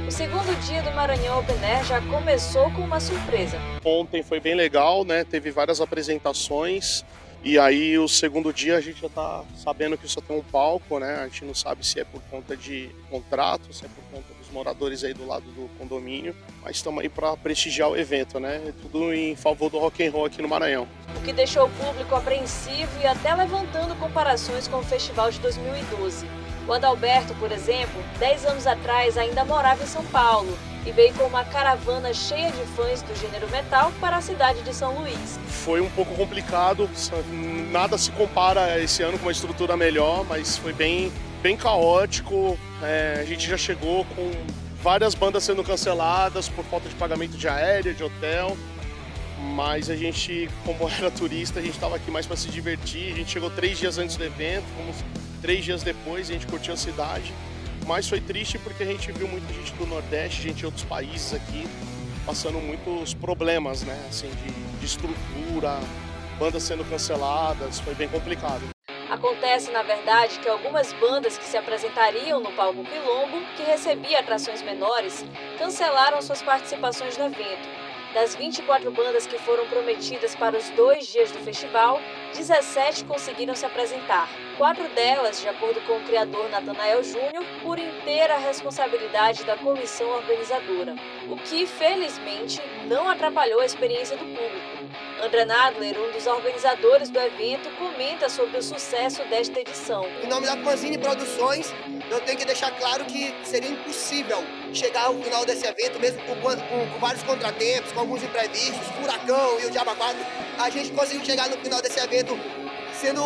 O segundo dia do Maranhão Open Air já começou com uma surpresa. Ontem foi bem legal, né? Teve várias apresentações. E aí o segundo dia a gente já tá sabendo que só tem um palco, né? A gente não sabe se é por conta de contrato, se é por conta dos moradores aí do lado do condomínio. Mas estamos aí para prestigiar o evento, né? Tudo em favor do rock and roll aqui no Maranhão. O que deixou o público apreensivo e até levantando comparações com o festival de 2012. O Adalberto, por exemplo, 10 anos atrás ainda morava em São Paulo e veio com uma caravana cheia de fãs do gênero metal para a cidade de São Luís. Foi um pouco complicado, nada se compara esse ano com uma estrutura melhor, mas foi bem caótico. A gente já chegou com várias bandas sendo canceladas por falta de pagamento de aérea, de hotel. Mas a gente, como era turista, a gente estava aqui mais para se divertir. A gente chegou 3 dias antes do evento, fomos 3 dias depois, a gente curtiu a cidade. Mas foi triste porque a gente viu muita gente do Nordeste, gente de outros países aqui, passando muitos problemas, né? Assim, de estrutura, bandas sendo canceladas, foi bem complicado. Acontece, na verdade, que algumas bandas que se apresentariam no palco Quilombo, que recebia atrações menores, cancelaram suas participações no evento. Das 24 bandas que foram prometidas para os 2 dias do festival, 17 conseguiram se apresentar. 4 delas, de acordo com o criador Natanael Júnior, por inteira responsabilidade da comissão organizadora, o que, felizmente, não atrapalhou a experiência do público. André Nadler, um dos organizadores do evento, comenta sobre o sucesso desta edição. Em nome da Panzini Produções, eu tenho que deixar claro que seria impossível chegar ao final desse evento, mesmo com vários contratempos, com alguns imprevistos, furacão e o Diabo 4, a gente conseguiu chegar no final desse evento sendo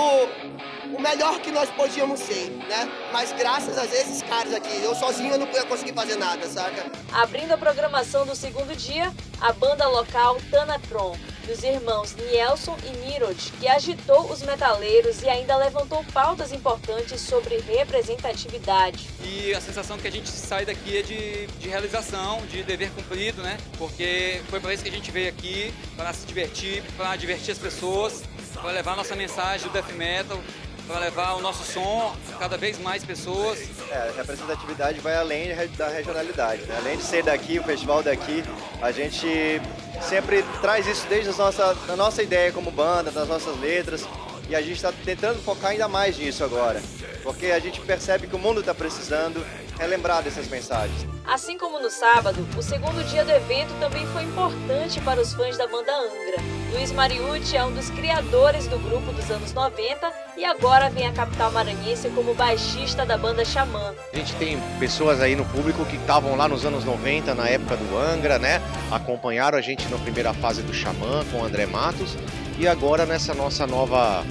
o melhor que nós podíamos ser, né? Mas graças a esses caras aqui, eu sozinho eu não ia conseguir fazer nada, saca? Abrindo a programação do segundo dia, a banda local Tanatron, dos irmãos Nielson e Nirod, que agitou os metaleiros e ainda levantou pautas importantes sobre representatividade. E a sensação que a gente sai daqui é de realização, de dever cumprido, né? Porque foi para isso que a gente veio aqui, para se divertir, para divertir as pessoas, para levar a nossa mensagem do death metal, para levar o nosso som a cada vez mais pessoas. A representatividade vai além da regionalidade, né? Além de ser daqui, o festival daqui, a gente sempre traz isso desde a nossa ideia como banda, das nossas letras, e a gente está tentando focar ainda mais nisso agora, porque a gente percebe que o mundo está precisando relembrar dessas mensagens. Assim como no sábado, o segundo dia do evento também foi importante para os fãs da banda Angra. Luiz Mariucci é um dos criadores do grupo dos anos 90 e agora vem à capital maranhense como baixista da banda Xamã. A gente tem pessoas aí no público que estavam lá nos anos 90, na época do Angra, né? Acompanharam a gente na primeira fase do Xamã com o André Matos e agora nessa nossa nova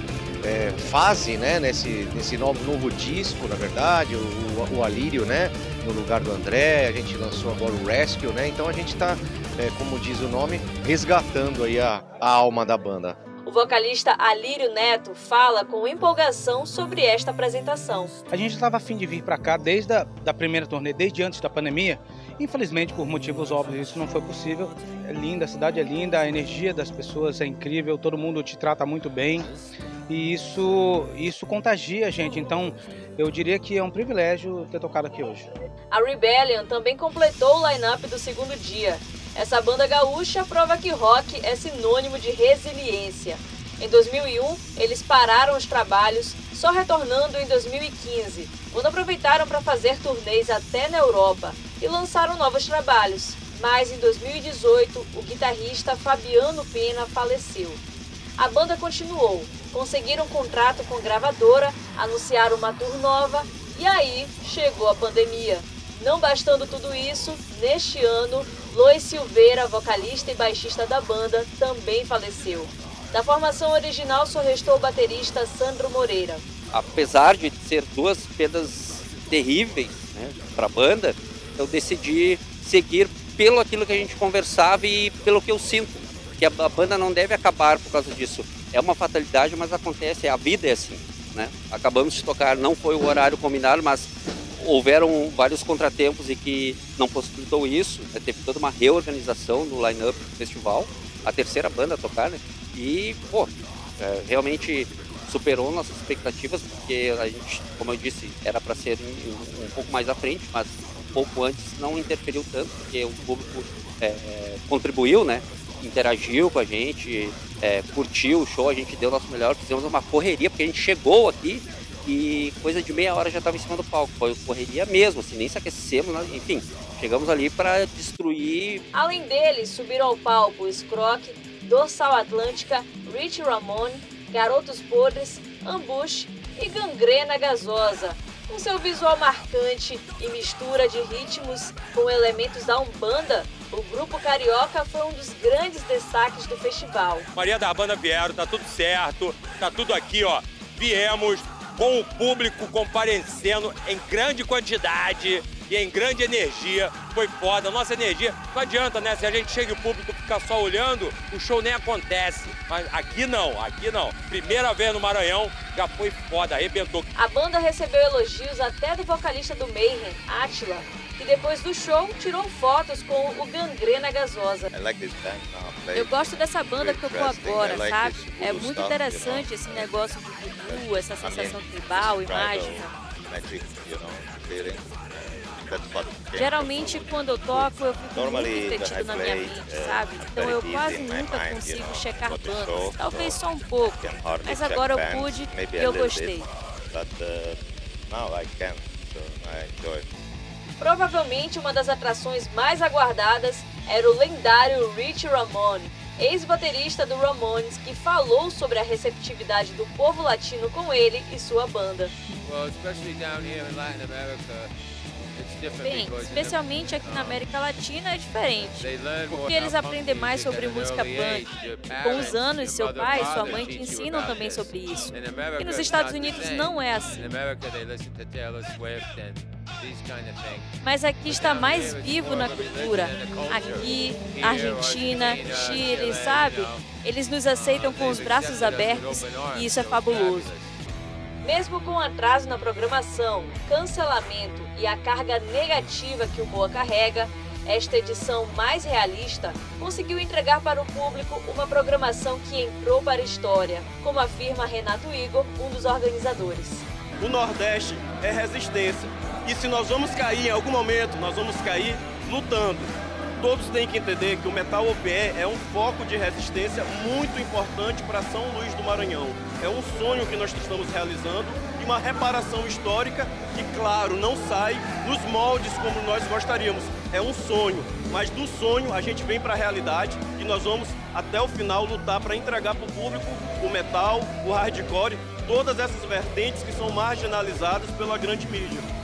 fase, né? Nesse novo disco, na verdade, o Alírio, né? No lugar do André, a gente lançou agora o Rescue, né? Então a gente está, como diz o nome, resgatando aí a alma da banda. O vocalista Alírio Neto fala com empolgação sobre esta apresentação. A gente estava a fim de vir para cá desde a primeira turnê, desde antes da pandemia. Infelizmente, por motivos óbvios, isso não foi possível. É linda, a cidade é linda, a energia das pessoas é incrível, todo mundo te trata muito bem. E isso contagia a gente, então eu diria que é um privilégio ter tocado aqui hoje. A Rebellion também completou o line-up do segundo dia. Essa banda gaúcha prova que rock é sinônimo de resiliência. Em 2001, eles pararam os trabalhos, só retornando em 2015, quando aproveitaram para fazer turnês até na Europa e lançaram novos trabalhos. Mas em 2018, o guitarrista Fabiano Pena faleceu. A banda continuou, conseguiram um contrato com gravadora, anunciaram uma tour nova e aí chegou a pandemia. Não bastando tudo isso, neste ano, Lois Silveira, vocalista e baixista da banda, também faleceu. Da formação original só restou o baterista Sandro Moreira. Apesar de ser 2 perdas terríveis, né, para a banda, eu decidi seguir pelo aquilo que a gente conversava e pelo que eu sinto, que a banda não deve acabar por causa disso. É uma fatalidade, mas acontece, a vida é assim, né? Acabamos de tocar, não foi o horário combinado, mas houveram vários contratempos e que não possibilitou isso, né? Teve toda uma reorganização no line-up do festival, a terceira banda a tocar, né? E, realmente superou nossas expectativas, porque a gente, como eu disse, era para ser um pouco mais à frente, mas pouco antes não interferiu tanto, porque o público contribuiu, né? Interagiu com a gente, curtiu o show, a gente deu o nosso melhor, fizemos uma correria, porque a gente chegou aqui e coisa de meia hora já estava em cima do palco. Foi correria mesmo, assim, nem se aquecemos, né? Enfim, chegamos ali para destruir. Além deles, subiram ao palco Scroque, Dorsal Atlântica, Richie Ramone, Garotos Podres, Ambush e Gangrena Gasosa. Com seu visual marcante e mistura de ritmos com elementos da Umbanda, o grupo carioca foi um dos grandes destaques do festival. Maria da Banda vieram, tá tudo certo, tá tudo aqui, ó. Viemos com o público comparecendo em grande quantidade e em grande energia. Foi foda. Nossa energia, não adianta, né? Se a gente chega e o público ficar só olhando, o show nem acontece. Mas aqui não. Primeira vez no Maranhão, já foi foda, arrebentou. A banda recebeu elogios até do vocalista do Mayhem, Attila, que depois do show tirou fotos com o Gangrena Gasosa. Eu gosto dessa banda que tocou agora, sabe? É muito interessante esse negócio de voodoo, essa sensação tribal e mágica. Geralmente, quando eu toco, eu fico muito entretido na minha mente, sabe? Então eu quase nunca consigo checar bandas, talvez só um pouco, mas agora eu pude e eu gostei. Provavelmente uma das atrações mais aguardadas era o lendário Richie Ramone, ex-baterista do Ramones, que falou sobre a receptividade do povo latino com ele e sua banda. Bem, especialmente aqui na América Latina é diferente, porque eles aprendem mais sobre música punk. Com os anos, seu pai e sua mãe te ensinam também sobre isso. E nos Estados Unidos não é assim. Mas aqui está mais vivo na cultura. Aqui, Argentina, Chile, sabe? Eles nos aceitam com os braços abertos e isso é fabuloso. Mesmo com atraso na programação, cancelamento e a carga negativa que o Moa carrega, esta edição mais realista conseguiu entregar para o público uma programação que entrou para a história, como afirma Renato Igor, um dos organizadores. O Nordeste é resistência. E se nós vamos cair em algum momento, nós vamos cair lutando. Todos têm que entender que o Metal OPE é um foco de resistência muito importante para São Luís do Maranhão. É um sonho que nós estamos realizando e uma reparação histórica que, claro, não sai nos moldes como nós gostaríamos. É um sonho, mas do sonho a gente vem para a realidade e nós vamos até o final lutar para entregar para o público o metal, o hardcore, todas essas vertentes que são marginalizadas pela grande mídia.